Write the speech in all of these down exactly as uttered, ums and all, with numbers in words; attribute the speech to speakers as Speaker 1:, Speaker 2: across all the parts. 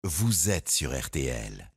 Speaker 1: vous êtes sur R T L.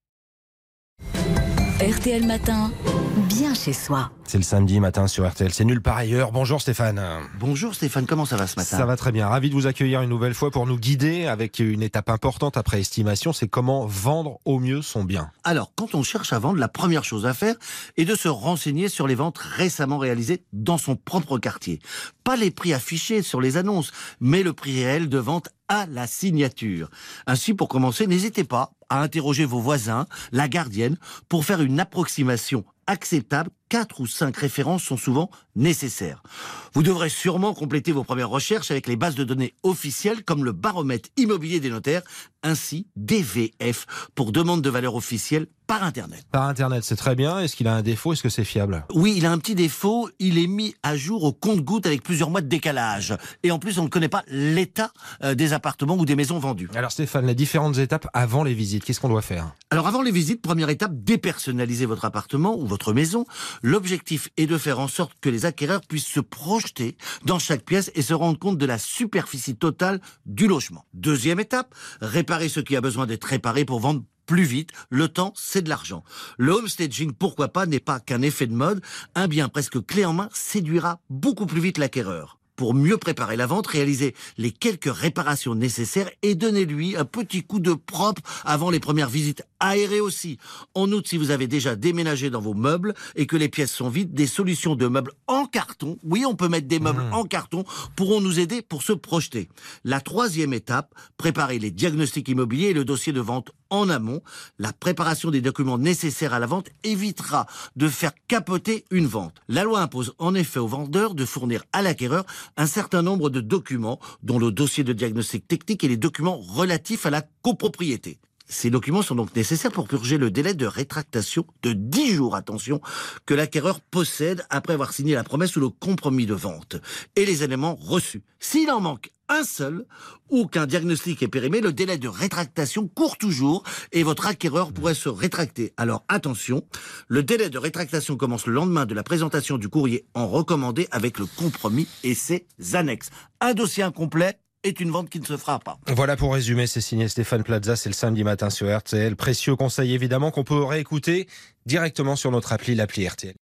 Speaker 2: R T L Matin, bien chez soi.
Speaker 3: C'est le samedi matin sur R T L, c'est nulle part ailleurs. Bonjour Stéphane.
Speaker 4: Bonjour Stéphane, comment ça va ce matin?
Speaker 3: Ça va très bien, ravi de vous accueillir une nouvelle fois pour nous guider avec une étape importante après estimation, c'est comment vendre au mieux son bien.
Speaker 4: Alors, quand on cherche à vendre, la première chose à faire est de se renseigner sur les ventes récemment réalisées dans son propre quartier. Pas les prix affichés sur les annonces, mais le prix réel de vente à la signature. Ainsi, pour commencer, n'hésitez pas à interroger vos voisins, la gardienne, pour faire une approximation acceptable. Quatre ou cinq références sont souvent nécessaires. Vous devrez sûrement compléter vos premières recherches avec les bases de données officielles comme le baromètre immobilier des notaires, ainsi D V F pour demande de valeur officielle par Internet.
Speaker 3: Par Internet, c'est très bien. Est-ce qu'il a un défaut? Est-ce que c'est fiable?
Speaker 4: Oui, il a un petit défaut. Il est mis à jour au compte-gouttes avec plusieurs mois de décalage. Et en plus, on ne connaît pas l'état des appartements ou des maisons vendues.
Speaker 3: Alors Stéphane, les différentes étapes avant les visites, qu'est-ce qu'on doit faire?
Speaker 4: Alors avant les visites, première étape, dépersonnaliser votre appartement ou votre maison. L'objectif est de faire en sorte que les acquéreurs puissent se projeter dans chaque pièce et se rendre compte de la superficie totale du logement. Deuxième étape, réparer ce qui a besoin d'être réparé pour vendre plus vite. Le temps, c'est de l'argent. Le homestaging, pourquoi pas, n'est pas qu'un effet de mode. Un bien presque clé en main séduira beaucoup plus vite l'acquéreur. Pour mieux préparer la vente, réalisez les quelques réparations nécessaires et donnez-lui un petit coup de propre avant les premières visites. Aérez aussi. En outre, si vous avez déjà déménagé dans vos meubles et que les pièces sont vides, des solutions de meubles en carton, oui, on peut mettre des meubles mmh. en carton, pourront nous aider pour se projeter. La troisième étape, préparer les diagnostics immobiliers et le dossier de vente en amont. La préparation des documents nécessaires à la vente évitera de faire capoter une vente. La loi impose en effet aux vendeurs de fournir à l'acquéreur un certain nombre de documents, dont le dossier de diagnostic technique et les documents relatifs à la copropriété. Ces documents sont donc nécessaires pour purger le délai de rétractation de dix jours, attention, que l'acquéreur possède après avoir signé la promesse ou le compromis de vente, et les éléments reçus. S'il en manque un seul, ou qu'un diagnostic est périmé, le délai de rétractation court toujours et votre acquéreur pourrait se rétracter. Alors attention, le délai de rétractation commence le lendemain de la présentation du courrier en recommandé avec le compromis et ses annexes. Un dossier incomplet est une vente qui ne se fera pas.
Speaker 3: Voilà pour résumer, c'est signé Stéphane Plaza, c'est le samedi matin sur R T L. Précieux conseil évidemment qu'on peut réécouter directement sur notre appli, l'appli R T L.